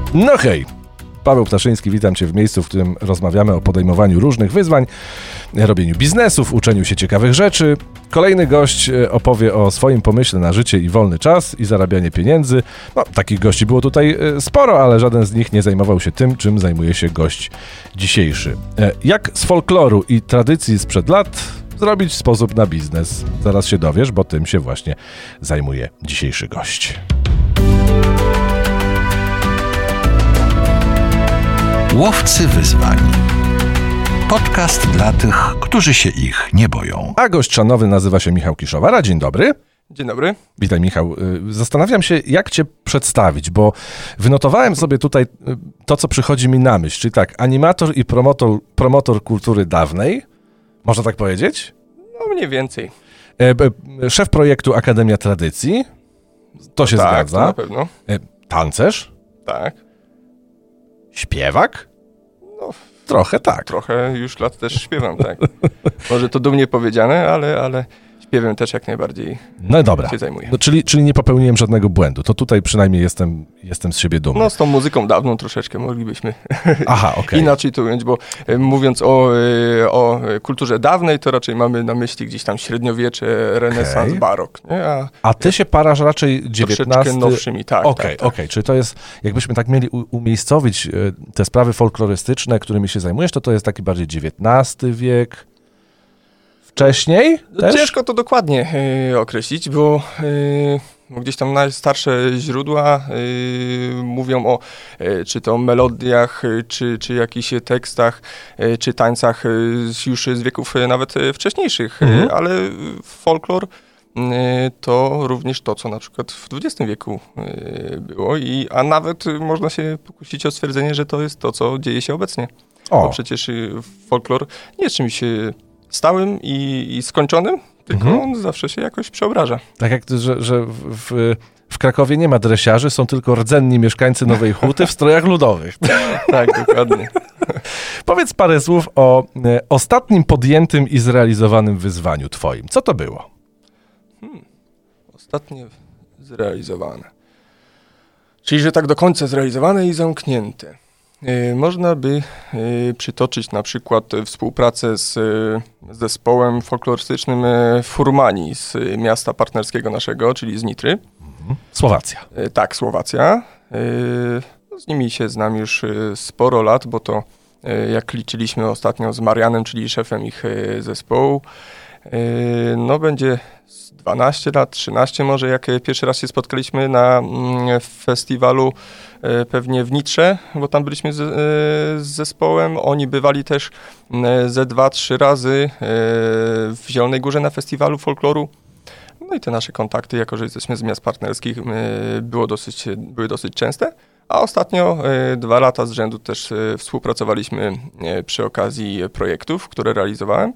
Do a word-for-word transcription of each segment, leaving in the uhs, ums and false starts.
No hej, Paweł Ptaszyński, witam Cię w miejscu, w którym rozmawiamy o podejmowaniu różnych wyzwań, robieniu biznesów, uczeniu się ciekawych rzeczy. Kolejny gość opowie o swoim pomyśle na życie i wolny czas i zarabianie pieniędzy. No, takich gości było tutaj sporo, ale żaden z nich nie zajmował się tym, czym zajmuje się gość dzisiejszy. Jak z folkloru i tradycji sprzed lat zrobić sposób na biznes? Zaraz się dowiesz, bo tym się właśnie zajmuje dzisiejszy gość. Łowcy wyzwań. Podcast dla tych, którzy się ich nie boją. A gość szanowny nazywa się Michał Kiszowara. Dzień dobry. Dzień dobry. Witaj, Michał. Zastanawiam się, jak Cię przedstawić, bo wynotowałem sobie tutaj to, co przychodzi mi na myśl. Czyli tak, animator i promotor, promotor kultury dawnej. Można tak powiedzieć? No mniej więcej. E, szef projektu Akademia Tradycji. To się tak, zgadza. To na pewno. E, tancerz. Tak. Śpiewak? No, trochę tak. Trochę już lat też śpiewam, tak. Może to dumnie powiedziane, ale, ale śpiewem też jak najbardziej no dobra. się zajmuję. No, czyli, czyli nie popełniłem żadnego błędu. To tutaj przynajmniej jestem, jestem z siebie dumny. No z tą muzyką dawną troszeczkę moglibyśmy Aha, okay. inaczej to ująć, bo e, mówiąc o, e, o kulturze dawnej, to raczej mamy na myśli gdzieś tam średniowiecze, renesans, okay. barok. Nie? A, A ty się parasz raczej dziewiętnasty... Troszeczkę nowszymi, tak. Okej, okay, tak, tak. okej. Okay. Czyli to jest, jakbyśmy tak mieli u- umiejscowić te sprawy folklorystyczne, którymi się zajmujesz, to to jest taki bardziej dziewiętnasty wiek... Wcześniej? Też? Ciężko to dokładnie y, określić, bo y, gdzieś tam najstarsze źródła y, mówią o y, czy to melodiach, y, czy, czy jakichś tekstach, y, czy tańcach y, już z wieków y, nawet y, wcześniejszych, mhm. y, ale folklor y, to również to, co na przykład w dwudziestym wieku y, było, i, a nawet y, można się pokusić o stwierdzenie, że to jest to, co dzieje się obecnie. O. Bo przecież y, folklor nie jest czymś y, stałym i, i skończonym, tylko mhm. on zawsze się jakoś przeobraża. Tak jak, że, że w, w Krakowie nie ma dresiarzy, są tylko rdzenni mieszkańcy Nowej Huty w strojach ludowych. Tak, dokładnie. Powiedz parę słów o e, ostatnim podjętym i zrealizowanym wyzwaniu twoim. Co to było? Hmm. Ostatnie zrealizowane. Czyli, że tak do końca zrealizowane i zamknięte. Można by przytoczyć na przykład współpracę z zespołem folklorystycznym Furmani z miasta partnerskiego naszego, czyli z Nitry. Słowacja. Tak, Słowacja. Z nimi się znam już sporo lat, bo to jak liczyliśmy ostatnio z Marianem, czyli szefem ich zespołu, no będzie dwanaście lat, trzynaście może, jak pierwszy raz się spotkaliśmy na festiwalu pewnie w Nitrze, bo tam byliśmy z, z zespołem. Oni bywali też ze dwa, trzy razy w Zielonej Górze na festiwalu folkloru. No i te nasze kontakty, jako że jesteśmy z miast partnerskich, było dosyć, były dosyć częste. A ostatnio dwa lata z rzędu też współpracowaliśmy przy okazji projektów, które realizowałem.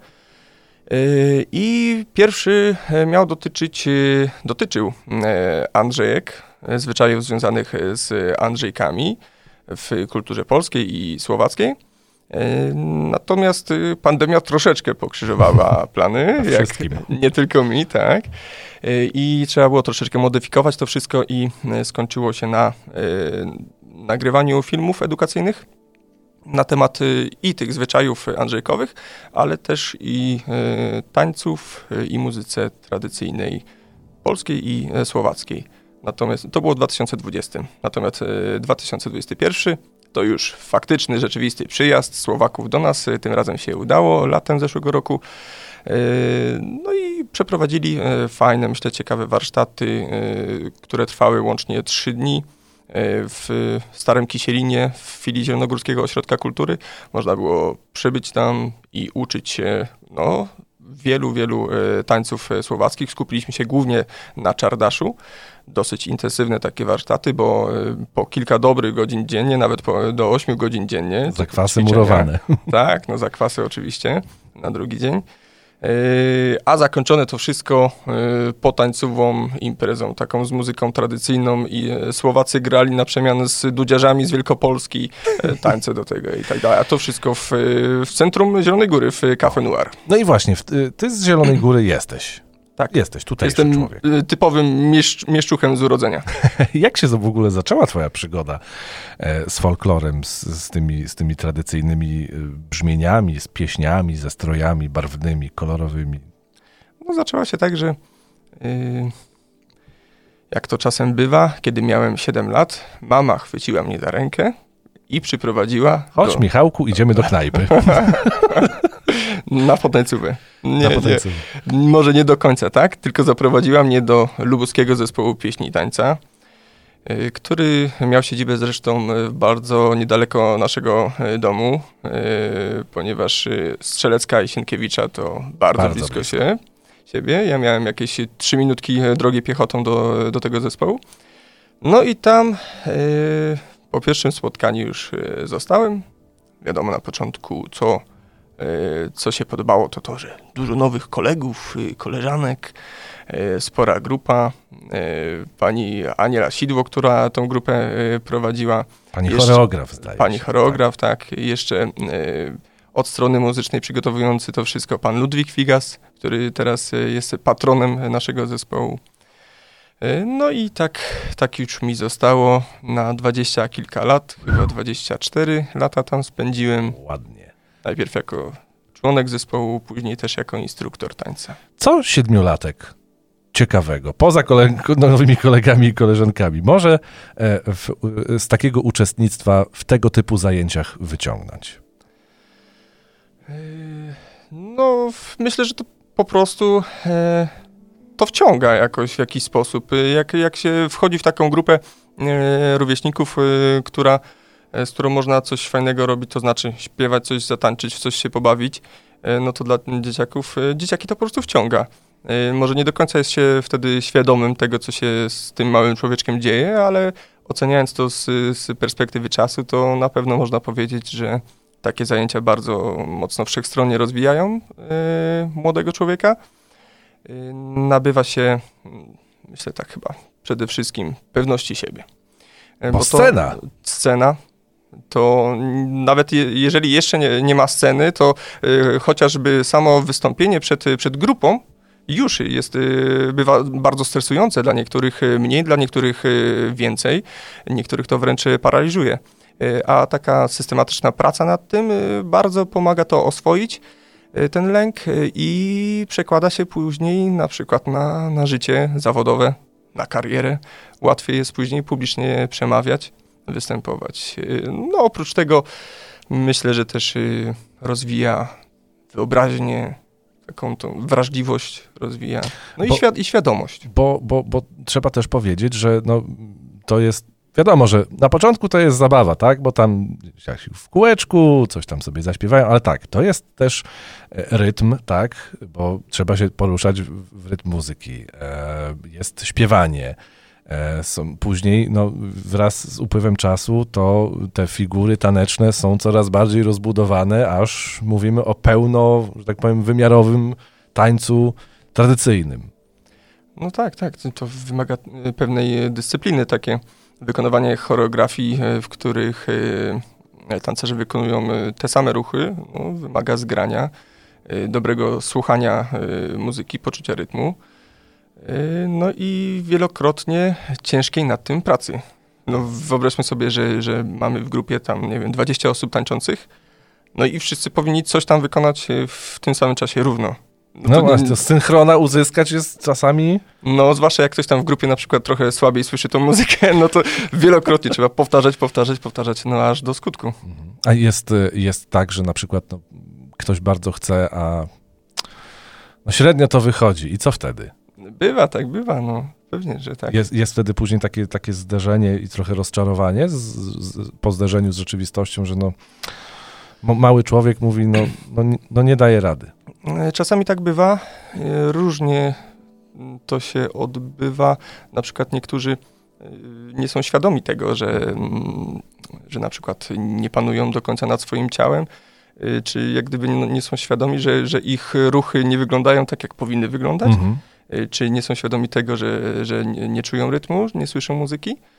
I pierwszy miał dotyczyć, dotyczył Andrzejek, zwyczajów związanych z Andrzejkami w kulturze polskiej i słowackiej. Natomiast pandemia troszeczkę pokrzyżowała plany, jak nie tylko mi, tak. I trzeba było troszeczkę modyfikować to wszystko i skończyło się na nagrywaniu filmów edukacyjnych na temat i tych zwyczajów andrzejkowych, ale też i e, tańców e, i muzyce tradycyjnej polskiej i e, słowackiej. Natomiast to było w dwa tysiące dwudziestym. Natomiast e, dwa tysiące dwudziesty pierwszy to już faktyczny, rzeczywisty przyjazd Słowaków do nas. E, tym razem się udało latem zeszłego roku. E, no i przeprowadzili e, fajne, myślę, ciekawe warsztaty, e, które trwały łącznie trzy dni. W Starym Kisielinie, w filii Zielonogórskiego Ośrodka Kultury. Można było przybyć tam i uczyć się no, wielu, wielu e, tańców słowackich. Skupiliśmy się głównie na czardaszu. Dosyć intensywne takie warsztaty, bo e, po kilka dobrych godzin dziennie, nawet po, do ośmiu godzin dziennie. Zakwasy murowane. Tak, no zakwasy oczywiście na drugi dzień. A zakończone to wszystko potańcową imprezą, taką z muzyką tradycyjną, i Słowacy grali na przemian z dudziarzami z Wielkopolski, tańce do tego i tak dalej. A to wszystko w, w centrum Zielonej Góry, w Café Noir. No i właśnie, ty z Zielonej Góry jesteś. tak. Jesteś tutejszy Jestem człowiek. typowym mieszcz, mieszczuchem z urodzenia. Jak się w ogóle zaczęła twoja przygoda z folklorem, z, z, tymi, z tymi tradycyjnymi brzmieniami, z pieśniami, ze strojami barwnymi, kolorowymi? No, zaczęła się tak, że yy, jak to czasem bywa, kiedy miałem siedem lat, mama chwyciła mnie za rękę i przyprowadziła... Chodź, do... Michałku, idziemy do knajpy. Na potencówę. Nie, Na potencówę. nie, może nie do końca, tak? Tylko zaprowadziła mnie do lubuskiego zespołu pieśni i tańca, y, który miał siedzibę zresztą bardzo niedaleko naszego domu, y, ponieważ Strzelecka i Sienkiewicza to bardzo, Bardzo blisko, blisko. się siebie. Ja miałem jakieś trzy minutki drogi piechotą do, do tego zespołu. No i tam y, po pierwszym spotkaniu już y, zostałem. Wiadomo na początku, co co się podobało, to to, że dużo nowych kolegów, koleżanek, spora grupa. Pani Aniela Sidło, która tą grupę prowadziła. Pani Jeszcze, choreograf, zdaje Pani się. choreograf, tak. tak. Jeszcze od strony muzycznej przygotowujący to wszystko pan Ludwik Figas, który teraz jest patronem naszego zespołu. No i tak, tak już mi zostało na dwadzieścia kilka lat, chyba dwadzieścia cztery lata tam spędziłem. Ładnie. Najpierw jako członek zespołu, później też jako instruktor tańca. Co siedmiolatek ciekawego, poza kole- nowymi kolegami i koleżankami, może e, w, z takiego uczestnictwa w tego typu zajęciach wyciągnąć? No, myślę, że to po prostu e, to wciąga jakoś w jakiś sposób. Jak, jak się wchodzi w taką grupę e, rówieśników, e, która z którą można coś fajnego robić, to znaczy śpiewać, coś zatańczyć, w coś się pobawić, no to dla dzieciaków, dzieciaki to po prostu wciąga. Może nie do końca jest się wtedy świadomym tego, co się z tym małym człowieczkiem dzieje, ale oceniając to z, z perspektywy czasu, to na pewno można powiedzieć, że takie zajęcia bardzo mocno wszechstronnie rozwijają yy, młodego człowieka. Yy, nabywa się, myślę tak chyba, przede wszystkim pewności siebie. Bo, Bo to, scena. Scena. To nawet je, jeżeli jeszcze nie, nie ma sceny, to y, chociażby samo wystąpienie przed, przed grupą już jest, y, bywa bardzo stresujące. Dla niektórych mniej, dla niektórych y, więcej. Niektórych to wręcz paraliżuje. Y, a taka systematyczna praca nad tym y, bardzo pomaga to oswoić, y, ten lęk y, i przekłada się później na przykład na, na życie zawodowe, na karierę. Łatwiej jest później publicznie przemawiać, występować. No oprócz tego myślę, że też rozwija wyobraźnię, taką tą wrażliwość rozwija, no bo, i, świad- i świadomość. Bo, bo, bo trzeba też powiedzieć, że no, to jest, wiadomo, że na początku to jest zabawa, tak, bo tam w kółeczku coś tam sobie zaśpiewają, ale tak, to jest też rytm, tak, bo trzeba się poruszać w, w rytm muzyki, e, jest śpiewanie. Są później, no, wraz z upływem czasu, to te figury taneczne są coraz bardziej rozbudowane, aż mówimy o pełno, że tak powiem, wymiarowym tańcu tradycyjnym. No tak, tak. To wymaga pewnej dyscypliny, takie wykonywanie choreografii, w których tancerze wykonują te same ruchy, no, wymaga zgrania, dobrego słuchania muzyki, poczucia rytmu. No i wielokrotnie ciężkiej nad tym pracy. No wyobraźmy sobie, że, że mamy w grupie tam, nie wiem, dwadzieścia osób tańczących, no i wszyscy powinni coś tam wykonać w tym samym czasie równo. No, no to, właśnie, to synchrona uzyskać jest czasami... No zwłaszcza jak ktoś tam w grupie na przykład trochę słabiej słyszy tą muzykę, no to wielokrotnie trzeba powtarzać, powtarzać, powtarzać, no aż do skutku. A jest, jest tak, że na przykład no, ktoś bardzo chce, a no, średnio to wychodzi i co wtedy? Bywa, tak bywa, no pewnie, że tak. Jest, jest wtedy później takie, takie zderzenie i trochę rozczarowanie z, z, po zderzeniu z rzeczywistością, że no mały człowiek mówi, no, no, no nie daje rady. Czasami tak bywa, różnie to się odbywa. Na przykład niektórzy nie są świadomi tego, że, że na przykład nie panują do końca nad swoim ciałem, czy jak gdyby nie są świadomi, że, że ich ruchy nie wyglądają tak, jak powinny wyglądać. Mhm. Czy nie są świadomi tego, że, że nie, nie czują rytmu, nie słyszą muzyki.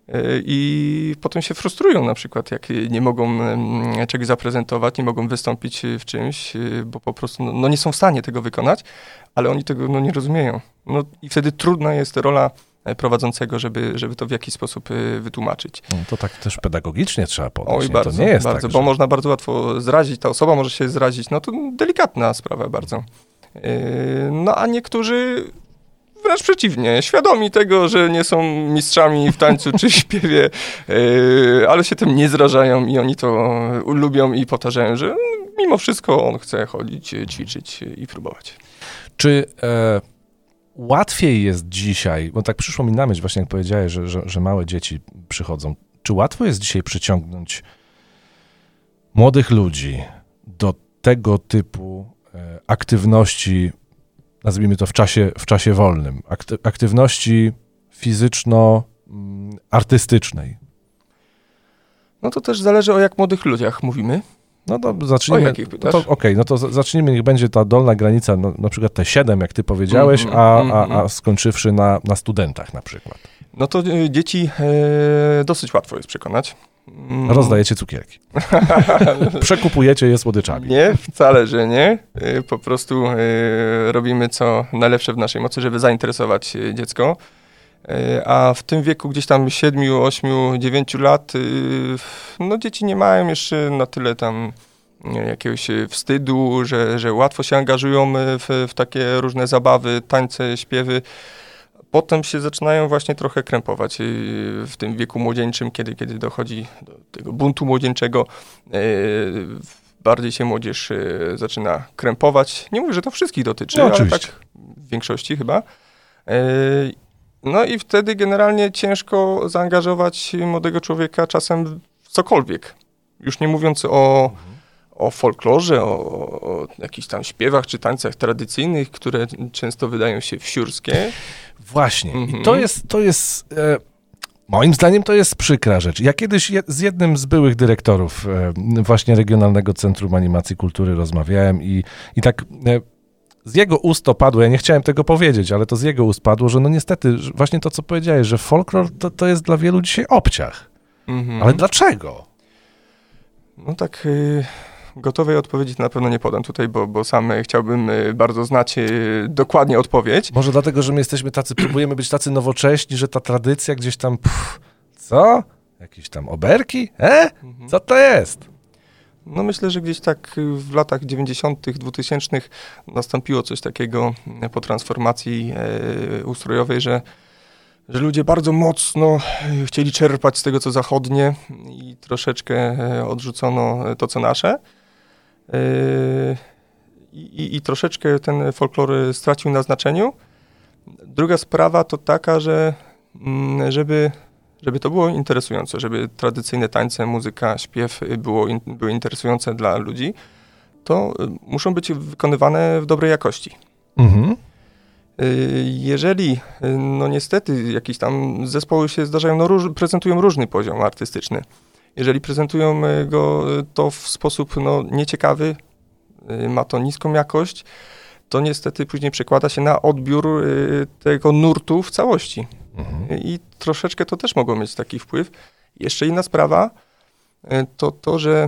I potem się frustrują na przykład, jak nie mogą czegoś zaprezentować, nie mogą wystąpić w czymś, bo po prostu no, no nie są w stanie tego wykonać, ale oni tego no, nie rozumieją. No i wtedy trudna jest rola prowadzącego, żeby, żeby to w jakiś sposób wytłumaczyć. No, to tak też pedagogicznie trzeba podejść. Oj, nie? bardzo, to nie jest bardzo, tak, bo że... można bardzo łatwo zrazić, ta osoba może się zrazić, no to delikatna sprawa bardzo. No a niektórzy wręcz przeciwnie, świadomi tego, że nie są mistrzami w tańcu czy śpiewie, ale się tym nie zrażają i oni to lubią i powtarzają, że mimo wszystko on chce chodzić, ćwiczyć i próbować. Czy e, łatwiej jest dzisiaj, bo tak przyszło mi na myśl właśnie jak powiedziałeś, że, że, że małe dzieci przychodzą, czy łatwo jest dzisiaj przyciągnąć młodych ludzi do tego typu e, aktywności, nazwijmy to w czasie, w czasie wolnym, akty, aktywności fizyczno-artystycznej? No to też zależy, o jak młodych ludziach mówimy. No to zacznijmy. O jakich pytasz? No to, okej, no to zacznijmy, niech będzie ta dolna granica, no, na przykład te siedem, jak ty powiedziałeś, mm, a, mm, a, mm. a skończywszy na, na studentach na przykład. No to y, dzieci y, dosyć łatwo jest przekonać. Mm. Rozdajecie cukierki. Przekupujecie je słodyczami. Nie, wcale, że nie. Y, po prostu y, robimy co najlepsze w naszej mocy, żeby zainteresować y, dziecko. Y, a w tym wieku gdzieś tam siedmiu, ośmiu, dziewięciu lat, y, no dzieci nie mają jeszcze na tyle tam y, jakiegoś wstydu, że, że łatwo się angażują w, w takie różne zabawy, tańce, śpiewy. Potem się zaczynają właśnie trochę krępować w tym wieku młodzieńczym, kiedy, kiedy dochodzi do tego buntu młodzieńczego. Bardziej się młodzież zaczyna krępować. Nie mówię, że to wszystkich dotyczy, no, ale oczywiście. tak w większości chyba. No i wtedy generalnie ciężko zaangażować młodego człowieka czasem w cokolwiek. Już nie mówiąc o... o folklorze, o, o jakichś tam śpiewach czy tańcach tradycyjnych, które często wydają się wsiórskie. Właśnie. Mhm. I to jest, to jest e, moim zdaniem to jest przykra rzecz. Ja kiedyś je, z jednym z byłych dyrektorów e, właśnie Regionalnego Centrum Animacji Kultury rozmawiałem i, i tak e, z jego ust to padło, ja nie chciałem tego powiedzieć, ale to z jego ust padło, że no niestety że właśnie to, co powiedziałeś, że folklor to, to jest dla wielu dzisiaj obciach. Mhm. Ale dlaczego? No tak... Y- Gotowej odpowiedzi to na pewno nie podam tutaj, bo, bo sam chciałbym bardzo znać dokładnie odpowiedź. Może dlatego, że my jesteśmy tacy, próbujemy być tacy nowocześni, że ta tradycja gdzieś tam, pff, co? Jakieś tam oberki? E? Co to jest? No myślę, że gdzieś tak w latach dziewięćdziesiątych, dwutysięcznych nastąpiło coś takiego po transformacji e, ustrojowej, że że ludzie bardzo mocno chcieli czerpać z tego, co zachodnie i troszeczkę odrzucono to, co nasze. I, i, i troszeczkę ten folklor stracił na znaczeniu. Druga sprawa to taka, że żeby, żeby to było interesujące, żeby tradycyjne tańce, muzyka, śpiew było, były interesujące dla ludzi, to muszą być wykonywane w dobrej jakości. Mhm. Jeżeli, no niestety, jakieś tam zespoły się zdarzają, no róż, prezentują różny poziom artystyczny. Jeżeli prezentują go to w sposób no, nieciekawy, ma to niską jakość, to niestety później przekłada się na odbiór tego nurtu w całości. Mhm. I troszeczkę to też mogło mieć taki wpływ. Jeszcze inna sprawa to to, że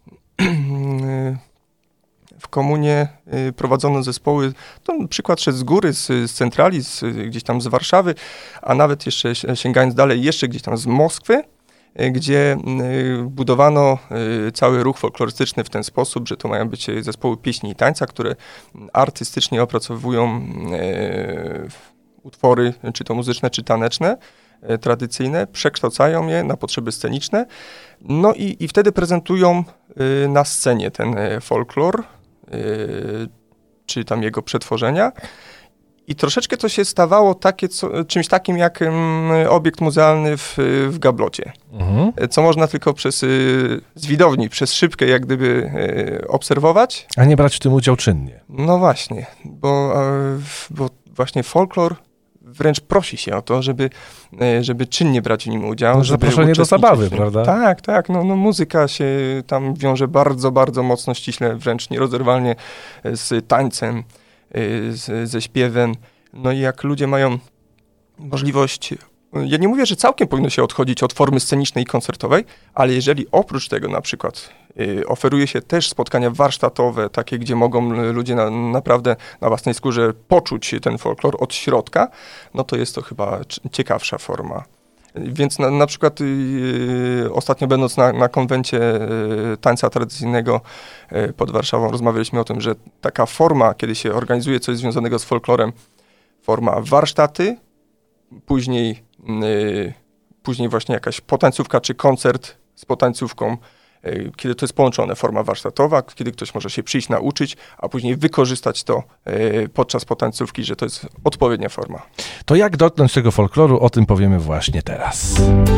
w komunie y, prowadzono zespoły, to przykład szedł z góry, z, z centrali, z, gdzieś tam z Warszawy, a nawet jeszcze sięgając dalej, jeszcze gdzieś tam z Moskwy, y, gdzie y, budowano y, cały ruch folklorystyczny w ten sposób, że to mają być zespoły pieśni i tańca, które artystycznie opracowują y, utwory, czy to muzyczne, czy taneczne, y, tradycyjne, przekształcają je na potrzeby sceniczne, no i, i wtedy prezentują y, na scenie ten y, folklor, Yy, czy tam jego przetworzenia. I troszeczkę to się stawało takie, co, czymś takim jak ym, obiekt muzealny w, w gablocie. Mhm. Co można tylko przez, y, z widowni, przez szybkę jak gdyby y, obserwować. A nie brać w tym udział czynnie. No właśnie, bo, y, bo właśnie folklor wręcz prosi się o to, żeby, żeby czynnie brać w nim udział. No, zaproszenie do zabawy, prawda? Tak, tak. No, no muzyka się tam wiąże bardzo, bardzo mocno, ściśle, wręcz nierozerwalnie z tańcem, z, ze śpiewem. No i jak ludzie mają możliwość ja nie mówię, że całkiem powinno się odchodzić od formy scenicznej i koncertowej, ale jeżeli oprócz tego na przykład y, oferuje się też spotkania warsztatowe, takie, gdzie mogą ludzie na, naprawdę na własnej skórze poczuć ten folklor od środka, no to jest to chyba ciekawsza forma. Więc na, na przykład yy, ostatnio będąc na, na konwencie yy, tańca tradycyjnego yy, pod Warszawą rozmawialiśmy o tym, że taka forma, kiedy się organizuje coś związanego z folklorem, forma warsztaty, później, yy, później właśnie jakaś potańcówka czy koncert z potańcówką, yy, kiedy to jest połączone, forma warsztatowa, kiedy ktoś może się przyjść, nauczyć, a później wykorzystać to yy, podczas potańcówki, że to jest odpowiednia forma. To jak dotknąć tego folkloru, o tym powiemy właśnie teraz.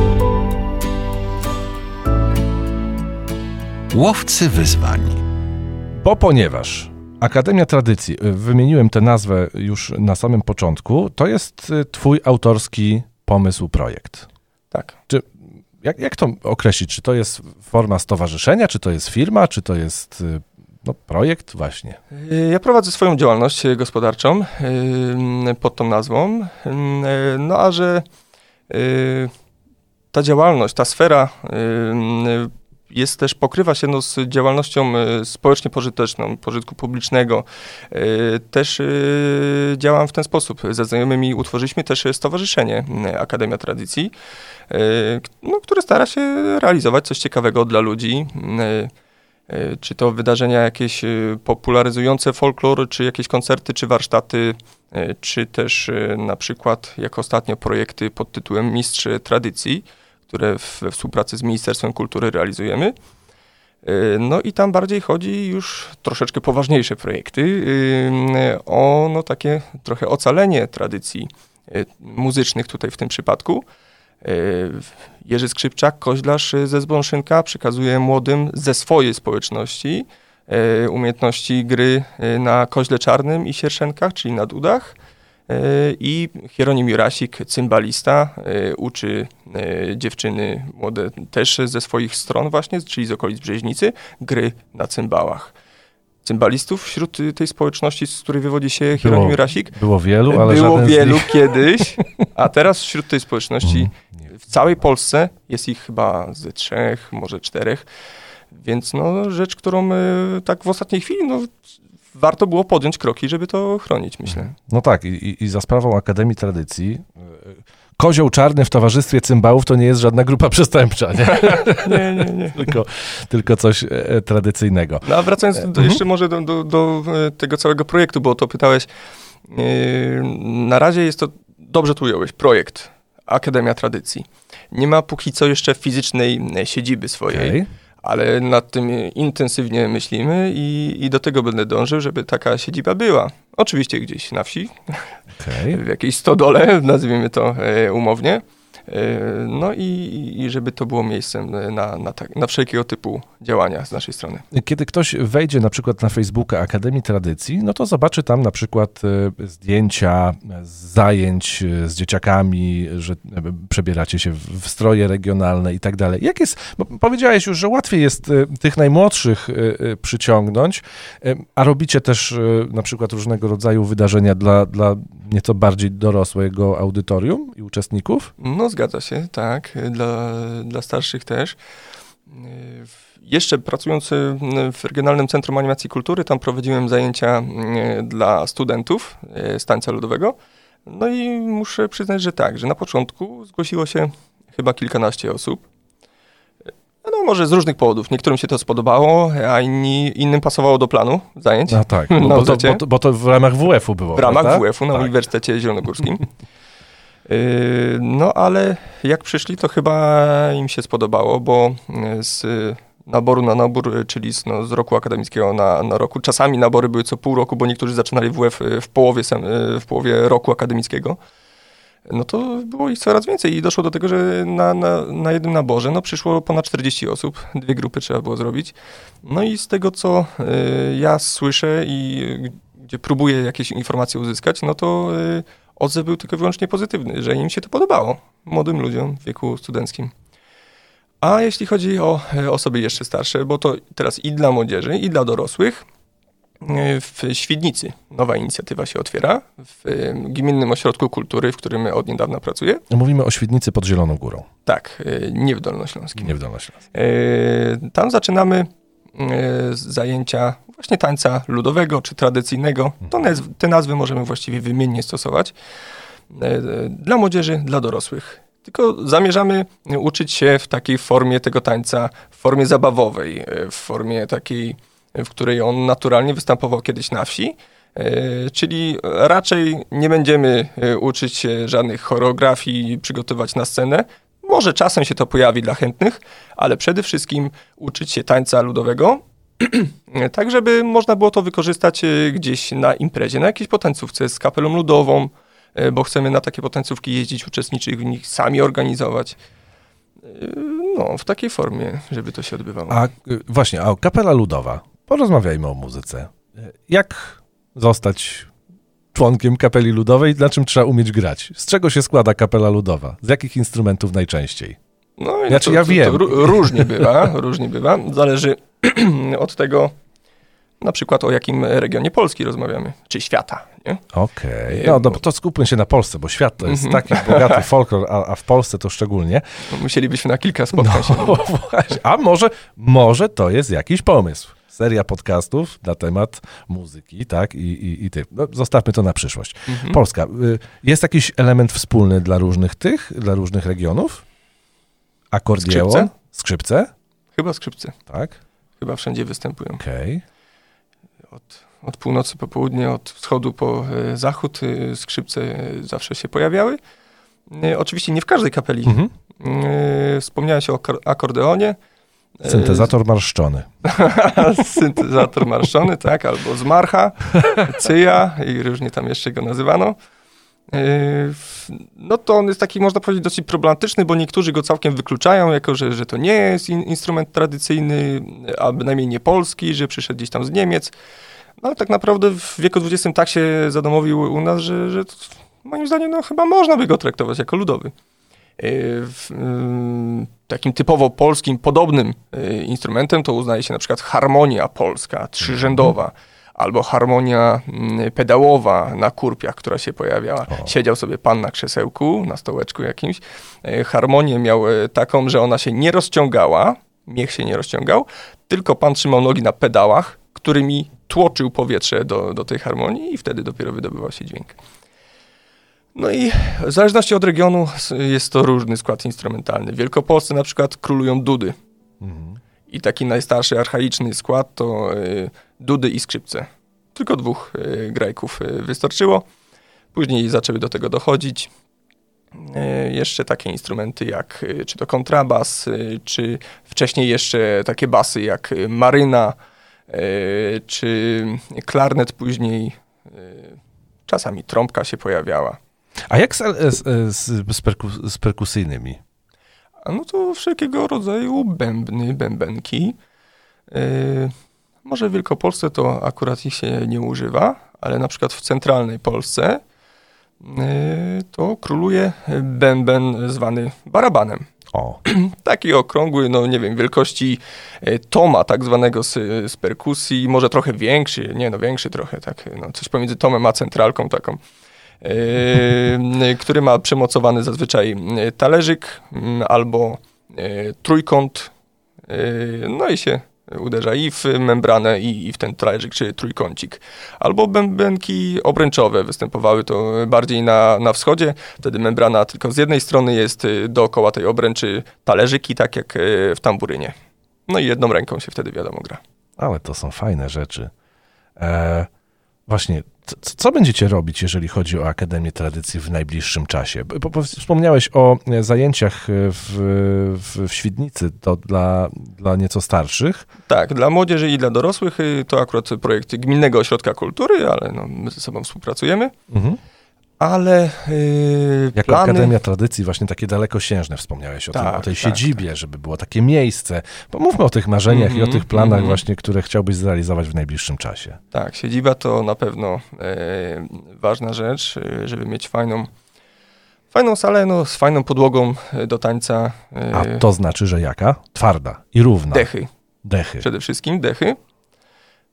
Łowcy wyzwań. Bo ponieważ Akademia Tradycji, wymieniłem tę nazwę już na samym początku, to jest twój autorski pomysł, projekt. Tak. Czy, jak, jak to określić? Czy to jest forma stowarzyszenia, czy to jest firma, czy to jest no, projekt właśnie? Ja prowadzę swoją działalność gospodarczą yy, pod tą nazwą, yy, no a że yy, ta działalność, ta sfera yy, jest też, pokrywa się no, z działalnością y, społecznie pożyteczną, pożytku publicznego. Y, też y, działam w ten sposób. Ze znajomymi utworzyliśmy też stowarzyszenie y, Akademia Tradycji, y, no, które stara się realizować coś ciekawego dla ludzi. Y, y, czy to wydarzenia jakieś y, popularyzujące folklor, czy jakieś koncerty, czy warsztaty, y, czy też y, na przykład, jak ostatnio, projekty pod tytułem Mistrz Tradycji, które we współpracy z Ministerstwem Kultury realizujemy. No i tam bardziej chodzi już troszeczkę poważniejsze projekty o no, takie trochę ocalenie tradycji muzycznych tutaj w tym przypadku. Jerzy Skrzypczak, koźlarz ze Zbąszynka, przekazuje młodym ze swojej społeczności umiejętności gry na koźle czarnym i sierszenkach, czyli na dudach. I Hieronim Jurasik, cymbalista, uczy dziewczyny młode też ze swoich stron właśnie, czyli z okolic Brzeźnicy, gry na cymbałach. Cymbalistów wśród tej społeczności, z której wywodzi się Hieronim było, Jurasik, było wielu, ale było wielu nich... kiedyś, a teraz wśród tej społeczności w całej Polsce jest ich chyba ze trzech, może czterech, więc no rzecz, którą tak w ostatniej chwili no, warto było podjąć kroki, żeby to chronić, myślę. No tak, i, i za sprawą Akademii Tradycji kozioł czarny w towarzystwie cymbałów to nie jest żadna grupa przestępcza, nie? nie, nie, nie. tylko, tylko coś e, tradycyjnego. No a wracając do, jeszcze może do, do, do tego całego projektu, bo o to pytałeś. Yy, na razie jest to, dobrze tu ująłeś, projekt Akademia Tradycji. Nie ma póki co jeszcze fizycznej siedziby swojej. Okay. Ale nad tym intensywnie myślimy i, i do tego będę dążył, żeby taka siedziba była. Oczywiście gdzieś na wsi, okay. w jakiejś stodole, nazwijmy to e, umownie. E, no i, i żeby to było miejscem na, na, tak, na wszelkiego typu działania z naszej strony. Kiedy ktoś wejdzie na przykład na Facebooka Akademii Tradycji, no to zobaczy tam na przykład e, zdjęcia z zajęć z dzieciakami, że przebieracie się w, w stroje regionalne i tak dalej. Jak jest, bo powiedziałeś już, że łatwiej jest e, tych najmłodszych e, przyciągnąć, e, a robicie też e, na przykład różnego rodzaju wydarzenia dla, dla nieco bardziej dorosłego audytorium i uczestników? No zgadza się, tak. Dla, dla starszych też. Jeszcze pracując w Regionalnym Centrum Animacji i Kultury, tam prowadziłem zajęcia dla studentów z tańca ludowego. No i muszę przyznać, że tak, że na początku zgłosiło się chyba kilkanaście osób. No może z różnych powodów. Niektórym się to spodobało, a inni, innym pasowało do planu zajęć. No tak, no, bo, to, bo, to, bo to w ramach W F-u było. W ramach prawda? W F-u na tak. Uniwersytecie Zielonogórskim. No ale jak przyszli, to chyba im się spodobało, bo z naboru na nabór, czyli z, no, z roku akademickiego na, na roku, czasami nabory były co pół roku, bo niektórzy zaczynali W F w połowie, w połowie roku akademickiego, no to było ich coraz więcej i doszło do tego, że na, na, na jednym naborze no, przyszło ponad czterdzieści osób, dwie grupy trzeba było zrobić. No i z tego, co y, ja słyszę i gdzie próbuję jakieś informacje uzyskać, no to y, odzew był tylko i wyłącznie pozytywny, że im się to podobało, młodym ludziom w wieku studenckim. A jeśli chodzi o osoby jeszcze starsze, bo to teraz i dla młodzieży, i dla dorosłych, w Świdnicy nowa inicjatywa się otwiera, w Gminnym Ośrodku Kultury, w którym od niedawna pracuję. Mówimy o Świdnicy pod Zieloną Górą. Tak, nie w Dolnośląskim. Nie w Dolnośląskim. Tam zaczynamy zajęcia właśnie tańca ludowego czy tradycyjnego. To nazw- te nazwy możemy właściwie wymiennie stosować dla młodzieży, dla dorosłych. Tylko zamierzamy uczyć się w takiej formie tego tańca, w formie zabawowej, w formie takiej, w której on naturalnie występował kiedyś na wsi. Czyli raczej nie będziemy uczyć się żadnych choreografii, przygotować na scenę. Może czasem się to pojawi dla chętnych, ale przede wszystkim uczyć się tańca ludowego, tak żeby można było to wykorzystać gdzieś na imprezie, na jakiejś potańcówce z kapelą ludową, bo chcemy na takie potańcówki jeździć, uczestniczyć w nich, sami organizować. No, w takiej formie, żeby to się odbywało. A właśnie, a kapela ludowa. Porozmawiajmy o muzyce. Jak zostać członkiem kapeli ludowej? Na czym trzeba umieć grać? Z czego się składa kapela ludowa? Z jakich instrumentów najczęściej? No, i znaczy, to, ja to, wiem. To różnie bywa, różnie bywa. Zależy od tego, na przykład o jakim regionie Polski rozmawiamy, czy świata, nie? Okej, okay. No, no to skupmy się na Polsce, bo świat to jest mm-hmm. taki bogaty folklor, a, a w Polsce to szczególnie. No, musielibyśmy na kilka spotkań się. No, właśnie. A może, może to jest jakiś pomysł. Seria podcastów na temat muzyki, tak? I, i, i ty. No, zostawmy to na przyszłość. Mm-hmm. Polska. Jest jakiś element wspólny dla różnych tych, dla różnych regionów? Akordeon? Skrzypce? Skrzypce? Chyba skrzypce. Tak? Chyba wszędzie występują. Okej. Okay. Od, od północy po południe, od wschodu po e, zachód e, skrzypce e, zawsze się pojawiały. E, oczywiście nie w każdej kapeli. Mm-hmm. E, wspomniałeś o akor- akordeonie. E, Syntezator marszczony. Syntezator marszczony, tak, albo z marcha, cyja i różnie tam jeszcze go nazywano. No to on jest taki, można powiedzieć, dosyć problematyczny, bo niektórzy go całkiem wykluczają, jako że, że to nie jest in, instrument tradycyjny, a bynajmniej nie polski, że przyszedł gdzieś tam z Niemiec. No ale tak naprawdę w wieku dwudziestym tak się zadomowił u nas, że, że moim zdaniem no, chyba można by go traktować jako ludowy. W, takim typowo polskim, podobnym instrumentem to uznaje się na przykład harmonia polska, trzyrzędowa. Albo harmonia pedałowa na kurpiach, która się pojawiała. O. Siedział sobie pan na krzesełku, na stołeczku jakimś. Harmonię miał taką, że ona się nie rozciągała, miech się nie rozciągał, tylko pan trzymał nogi na pedałach, którymi tłoczył powietrze do, do tej harmonii i wtedy dopiero wydobywał się dźwięk. No i w zależności od regionu jest to różny skład instrumentalny. W Wielkopolsce na przykład królują dudy. Mhm. I taki najstarszy, archaiczny skład to y, dudy i skrzypce. Tylko dwóch y, grajków y, wystarczyło. Później zaczęły do tego dochodzić y, jeszcze takie instrumenty jak y, czy to kontrabas, y, czy wcześniej jeszcze takie basy jak y, maryna, y, czy klarnet później. Y, czasami trąbka się pojawiała. A jak z, z, z, z, perku, z perkusyjnymi? A no to wszelkiego rodzaju bębny, bębenki. Yy, może w Wielkopolsce to akurat ich się nie używa, ale na przykład w centralnej Polsce yy, to króluje bęben zwany barabanem. O. Taki okrągły, no nie wiem, wielkości toma tak zwanego z, z perkusji, może trochę większy, nie no większy trochę, tak, no coś pomiędzy tomem a centralką taką. Yy, który ma przymocowany zazwyczaj talerzyk yy, albo yy, trójkąt, yy, no i się uderza i w membranę i, i w ten talerzyk czy trójkącik. Albo bębenki obręczowe występowały to bardziej na, na wschodzie, wtedy membrana tylko z jednej strony jest dookoła tej obręczy talerzyki, tak jak w tamburynie. No i jedną ręką się wtedy wiadomo gra. Ale to są fajne rzeczy. E, właśnie, co, co będziecie robić, jeżeli chodzi o Akademię Tradycji w najbliższym czasie? Bo, bo wspomniałeś o zajęciach w, w, w Świdnicy, to dla, dla nieco starszych. Tak, dla młodzieży i dla dorosłych to akurat projekt Gminnego Ośrodka Kultury, ale no, my ze sobą współpracujemy. Mhm. Ale yy, Jako plany... Akademia Tradycji właśnie takie dalekosiężne wspomniałeś o, tak, tym, o tej tak, siedzibie, tak. żeby było takie miejsce. Pomówmy o tych marzeniach mm-hmm, i o tych planach mm-hmm. właśnie, które chciałbyś zrealizować w najbliższym czasie. Tak, siedziba to na pewno e, ważna rzecz, żeby mieć fajną, fajną salę, no, z fajną podłogą do tańca. E, A to znaczy, że jaka? Twarda i równa. Dechy. Dechy. Przede wszystkim dechy.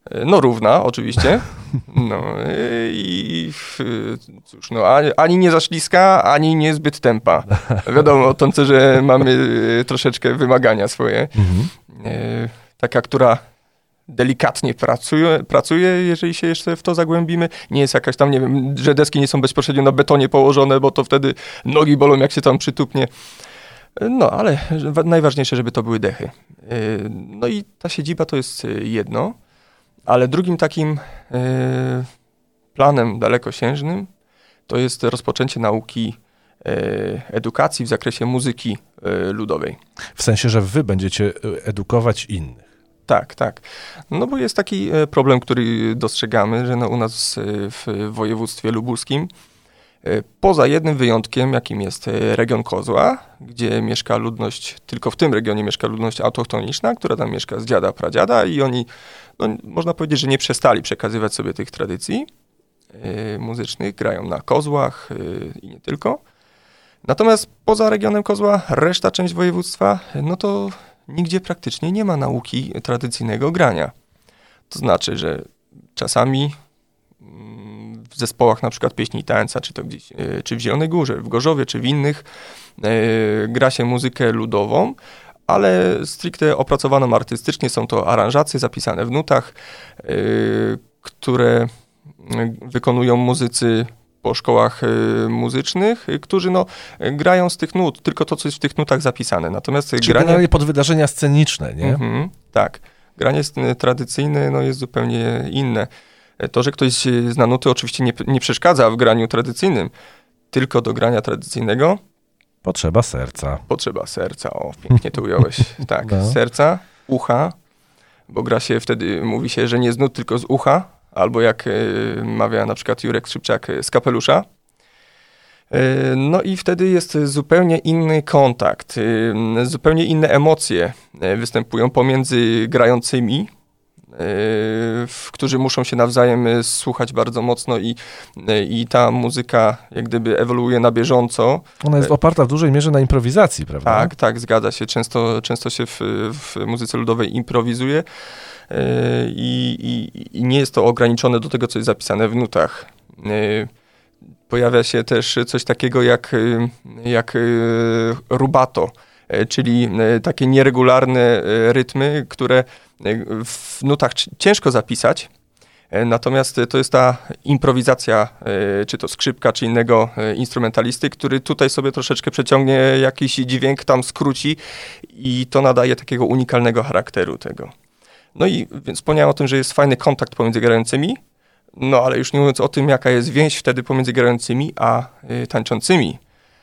No równa, oczywiście. No i cóż, no ani nie za śliska, ani nie zbyt tępa. Wiadomo, tancerze mamy troszeczkę wymagania swoje. Mhm. Taka, która delikatnie pracuje, pracuje, jeżeli się jeszcze w to zagłębimy. Nie jest jakaś tam, nie wiem, że deski nie są bezpośrednio na betonie położone, bo to wtedy nogi bolą, jak się tam przytupnie. No, ale najważniejsze, żeby to były dechy. No i ta siedziba to jest jedno, ale drugim takim planem dalekosiężnym to jest rozpoczęcie nauki edukacji w zakresie muzyki ludowej. W sensie, że wy będziecie edukować innych. Tak, tak. No bo jest taki problem, który dostrzegamy, że no u nas w województwie lubuskim, poza jednym wyjątkiem, jakim jest region Kozła, gdzie mieszka ludność, tylko w tym regionie mieszka ludność autochtoniczna, która tam mieszka z dziada, pradziada i oni, no, można powiedzieć, że nie przestali przekazywać sobie tych tradycji y, muzycznych, grają na kozłach y, i nie tylko. Natomiast poza regionem Kozła, reszta część województwa, no to nigdzie praktycznie nie ma nauki tradycyjnego grania. To znaczy, że czasami w zespołach na przykład pieśni i tańca, czy to gdzieś, czy w Zielonej Górze, w Gorzowie, czy w innych, gra się muzykę ludową, ale stricte opracowaną artystycznie. Są to aranżacje zapisane w nutach, które wykonują muzycy po szkołach muzycznych, którzy no, grają z tych nut, tylko to, co jest w tych nutach zapisane. Natomiast Czyli granie... generalnie pod wydarzenia sceniczne, nie? Mhm, tak. Granie tradycyjne no, jest zupełnie inne. To, że ktoś zna nuty, oczywiście nie, nie przeszkadza w graniu tradycyjnym, tylko do grania tradycyjnego potrzeba serca. Potrzeba serca, o, pięknie to ująłeś. Tak, no. Serca, ucha, bo gra się wtedy, mówi się, że nie z nut, tylko z ucha, albo jak y, mawia na przykład Jurek Skrzypczak, z kapelusza. Y, no i wtedy jest zupełnie inny kontakt, y, zupełnie inne emocje y, występują pomiędzy grającymi, Yy, którzy muszą się nawzajem słuchać bardzo mocno i, i ta muzyka jak gdyby ewoluuje na bieżąco. Ona jest oparta w dużej mierze na improwizacji, prawda? Tak, tak, zgadza się. Często, często się w, w muzyce ludowej improwizuje yy, i, i nie jest to ograniczone do tego, co jest zapisane w nutach. Yy, pojawia się też coś takiego jak, jak rubato, czyli takie nieregularne rytmy, które w nutach ciężko zapisać, natomiast to jest ta improwizacja, czy to skrzypka, czy innego instrumentalisty, który tutaj sobie troszeczkę przeciągnie jakiś dźwięk, tam skróci i to nadaje takiego unikalnego charakteru tego. No i więc wspomniałem o tym, że jest fajny kontakt pomiędzy grającymi, no ale już nie mówiąc o tym, jaka jest więź wtedy pomiędzy grającymi a y, tańczącymi.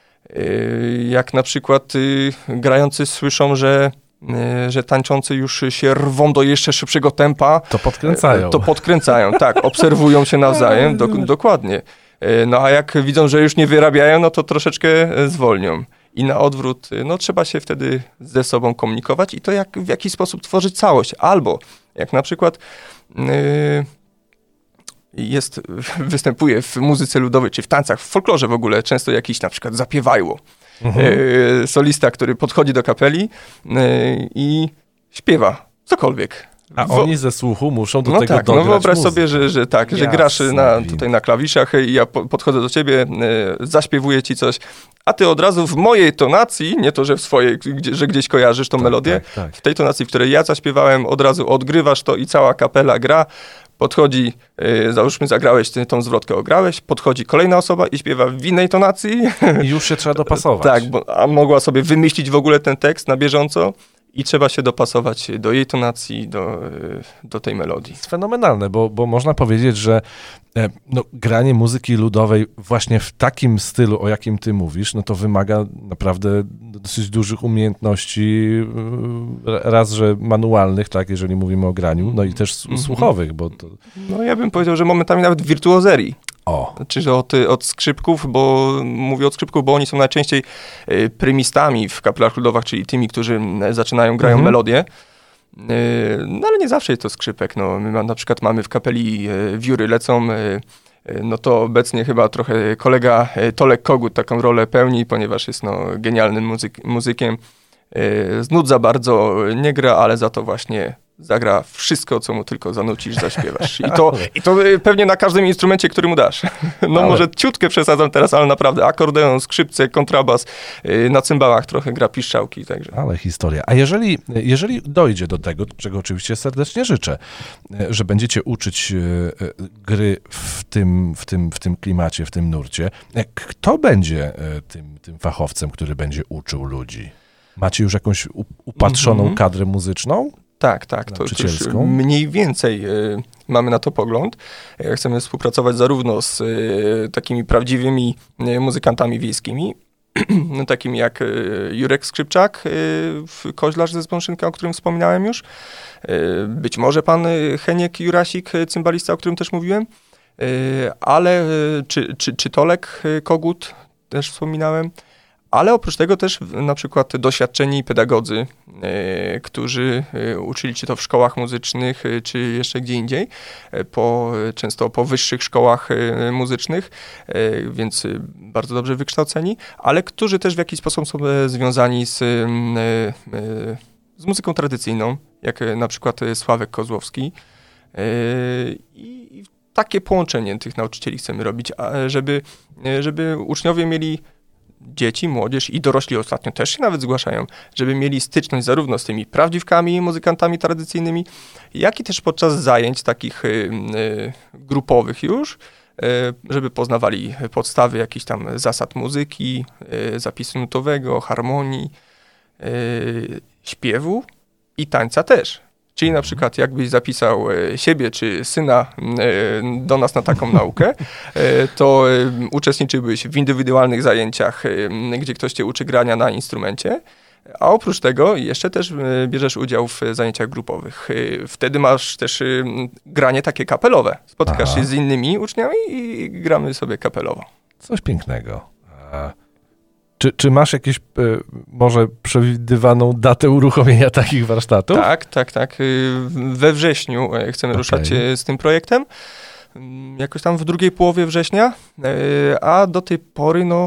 Y, jak na przykład y, grający słyszą, że że tańczący już się rwą do jeszcze szybszego tempa. To podkręcają. To podkręcają, tak. Obserwują się nawzajem, do, dokładnie. No a jak widzą, że już nie wyrabiają, no to troszeczkę zwolnią. I na odwrót, no trzeba się wtedy ze sobą komunikować i to jak, w jakiś sposób tworzyć całość. Albo jak na przykład yy, jest, występuje w muzyce ludowej, czy w tańcach, w folklorze w ogóle, często jakiś na przykład zapiewajło. Mhm. E, solista, który podchodzi do kapeli e, i śpiewa cokolwiek. A Wo- oni ze słuchu muszą do no tego tak, dograć no wyobraź muzykę. sobie, że, że tak, że Jasne, grasz na, tutaj na klawiszach i ja po, podchodzę do ciebie, e, zaśpiewuję ci coś, a ty od razu w mojej tonacji, nie to, że w swojej, gdzie, że gdzieś kojarzysz tą tak, melodię, tak, tak. w tej tonacji, w której ja zaśpiewałem, od razu odgrywasz to i cała kapela gra. Podchodzi, yy, załóżmy, zagrałeś ty, tą zwrotkę, ograłeś, podchodzi kolejna osoba i śpiewa w innej tonacji. I już się trzeba dopasować. Tak, bo, a mogła sobie wymyślić w ogóle ten tekst na bieżąco i trzeba się dopasować do jej tonacji, do, yy, do tej melodii. jest fenomenalne, bo, bo można powiedzieć, że e, no, granie muzyki ludowej właśnie w takim stylu, o jakim ty mówisz, no to wymaga naprawdę dosyć dużych umiejętności, e, raz, że manualnych, tak, jeżeli mówimy o graniu, no i też s- słuchowych, bo to... No ja bym powiedział, że momentami nawet wirtuozerii. O. Czyli od, od skrzypków, bo mówię od skrzypków, bo oni są najczęściej y, prymistami w kapelach ludowych, czyli tymi, którzy zaczynają, grają Mhm. melodię. Y, no ale nie zawsze jest to skrzypek. No, my ma, na przykład mamy w kapeli y, wióry lecą, y, y, no to obecnie chyba trochę kolega y, Tolek Kogut taką rolę pełni, ponieważ jest no, genialnym muzyk, muzykiem. Y, z nut za bardzo nie gra, ale za to właśnie zagra wszystko, co mu tylko zanucisz, zaśpiewasz. I to, i to pewnie na każdym instrumencie, który mu dasz. No ale... może ciutkę przesadzam teraz, ale naprawdę akordeon, skrzypce, kontrabas, na cymbałach trochę gra piszczałki. Także. Ale historia. A jeżeli, jeżeli dojdzie do tego, czego oczywiście serdecznie życzę, że będziecie uczyć gry w tym, w tym, w tym klimacie, w tym nurcie, kto będzie tym, tym fachowcem, który będzie uczył ludzi? Macie już jakąś upatrzoną mm-hmm. kadrę muzyczną? Tak, tak, to już mniej więcej y, mamy na to pogląd. Y, chcemy współpracować zarówno z y, takimi prawdziwymi y, muzykantami wiejskimi, takimi jak y, Jurek Skrzypczak, y, koźlarz ze Zbąszynka, o którym wspominałem już. Y, być może pan Heniek Jurasik, cymbalista, o którym też mówiłem. Y, ale y, czy, czy, czy Tolek Kogut, też wspominałem. Ale oprócz tego też na przykład doświadczeni pedagodzy, y, którzy y, uczyli czy to w szkołach muzycznych, y, czy jeszcze gdzie indziej, y, po, często po wyższych szkołach y, muzycznych, y, więc y, bardzo dobrze wykształceni, ale którzy też w jakiś sposób są y, związani z, y, y, z muzyką tradycyjną, jak y, na przykład y, Sławek Kozłowski. Y, I takie połączenie tych nauczycieli chcemy robić, a, żeby, y, żeby uczniowie mieli dzieci, młodzież i dorośli ostatnio też się nawet zgłaszają, żeby mieli styczność zarówno z tymi prawdziwkami, muzykantami tradycyjnymi, jak i też podczas zajęć takich y, y, grupowych już, y, żeby poznawali podstawy jakichś tam zasad muzyki, y, zapisu nutowego, harmonii, y, śpiewu i tańca też. Czyli na przykład jakbyś zapisał siebie czy syna do nas na taką naukę, to uczestniczyłbyś w indywidualnych zajęciach, gdzie ktoś cię uczy grania na instrumencie, a oprócz tego jeszcze też bierzesz udział w zajęciach grupowych. Wtedy masz też granie takie kapelowe. Spotykasz Aha. się z innymi uczniami i gramy sobie kapelowo. Coś pięknego. A... Czy, czy masz jakieś y, może przewidywaną datę uruchomienia takich warsztatów? Tak, tak, tak. We wrześniu chcemy okay. ruszać z tym projektem. Jakoś tam w drugiej połowie września, a do tej pory no,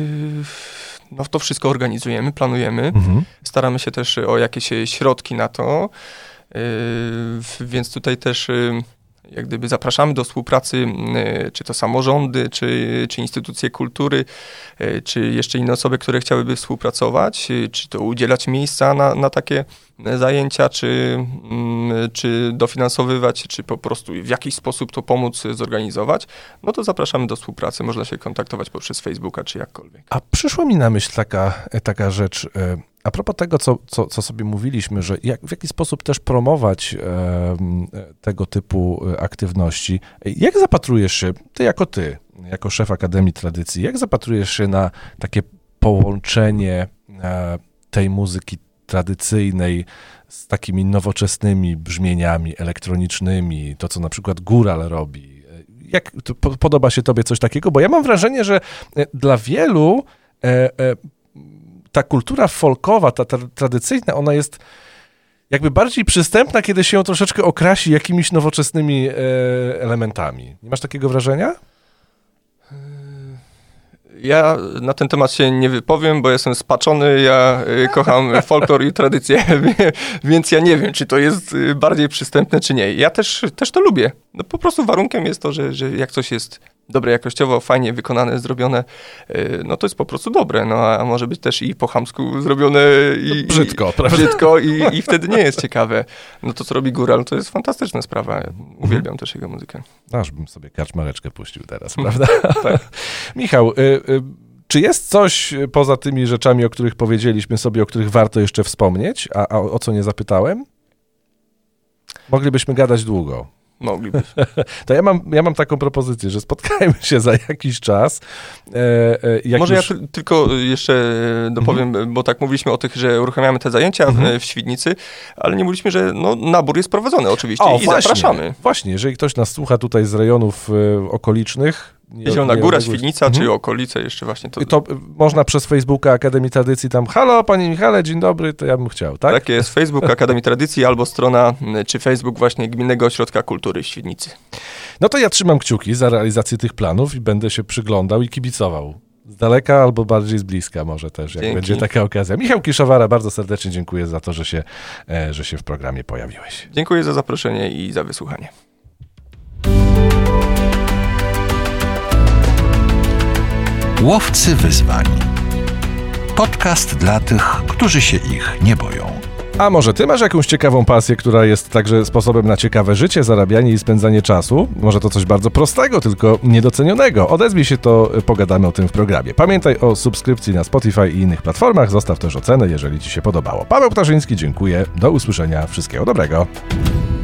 no to wszystko organizujemy, planujemy. Mhm. Staramy się też o jakieś środki na to, więc tutaj też jak gdyby zapraszamy do współpracy czy to samorządy, czy, czy instytucje kultury, czy jeszcze inne osoby, które chciałyby współpracować, czy to udzielać miejsca na, na takie zajęcia, czy, czy dofinansowywać, czy po prostu w jakiś sposób to pomóc zorganizować, no to zapraszamy do współpracy. Można się kontaktować poprzez Facebooka, czy jakkolwiek. A przyszła mi na myśl taka, taka rzecz, a propos tego, co, co, co sobie mówiliśmy, że jak, w jaki sposób też promować e, tego typu aktywności. Jak zapatrujesz się, ty jako ty, jako szef Akademii Tradycji, jak zapatrujesz się na takie połączenie e, tej muzyki tradycyjnej z takimi nowoczesnymi brzmieniami elektronicznymi, to co na przykład Góral robi? Jak to, po, podoba się tobie coś takiego? Bo ja mam wrażenie, że dla wielu e, e, ta kultura folkowa, ta, ta tradycyjna, ona jest jakby bardziej przystępna, kiedy się ją troszeczkę okrasi jakimiś nowoczesnymi e, elementami. Nie masz takiego wrażenia? Ja na ten temat się nie wypowiem, bo jestem spaczony, ja y, kocham folklor i tradycję, więc ja nie wiem, czy to jest bardziej przystępne, czy nie. Ja też, też to lubię. No, po prostu warunkiem jest to, że, że jak coś jest dobre jakościowo, fajnie wykonane, zrobione, y, no to jest po prostu dobre. No a może być też i po chamsku zrobione i no, brzydko, i, prawda? Brzydko i, i wtedy nie jest ciekawe. No to, co robi Góral, to jest fantastyczna sprawa. Ja uwielbiam mhm. też jego muzykę. Aż bym sobie karczmareczkę puścił teraz, prawda? Tak. Michał, y, y, czy jest coś poza tymi rzeczami, o których powiedzieliśmy sobie, o których warto jeszcze wspomnieć, a, a o co nie zapytałem? Moglibyśmy gadać długo. Moglibyśmy. To ja mam, ja mam taką propozycję, że spotkajmy się za jakiś czas. E, e, Może już... ja t- tylko jeszcze dopowiem, mhm. bo tak mówiliśmy o tych, że uruchamiamy te zajęcia mhm. w, w Świdnicy, ale nie mówiliśmy, że no, nabór jest prowadzony oczywiście o, i właśnie, zapraszamy. Właśnie, jeżeli ktoś nas słucha tutaj z rejonów e, okolicznych, Zielona Góra, Świdnica, mhm. czy okolice jeszcze właśnie. To... to można przez Facebooka Akademii Tradycji tam, halo, panie Michale, dzień dobry, to ja bym chciał, tak? Tak jest, Facebook Akademii Tradycji albo strona, czy Facebook właśnie Gminnego Ośrodka Kultury Świdnicy. No to ja trzymam kciuki za realizację tych planów i będę się przyglądał i kibicował Z daleka albo bardziej z bliska może też, jak Dzięki. będzie taka okazja. Michał Kiszowara, bardzo serdecznie dziękuję za to, że się, że się w programie pojawiłeś. Dziękuję za zaproszenie i za wysłuchanie. Łowcy wyzwań. Podcast dla tych, którzy się ich nie boją. A może ty masz jakąś ciekawą pasję, która jest także sposobem na ciekawe życie, zarabianie i spędzanie czasu? Może to coś bardzo prostego, tylko niedocenionego. Odezwij się, to pogadamy o tym w programie. Pamiętaj o subskrypcji na Spotify i innych platformach. Zostaw też ocenę, jeżeli ci się podobało. Paweł Ptaszyński, dziękuję. Do usłyszenia. Wszystkiego dobrego.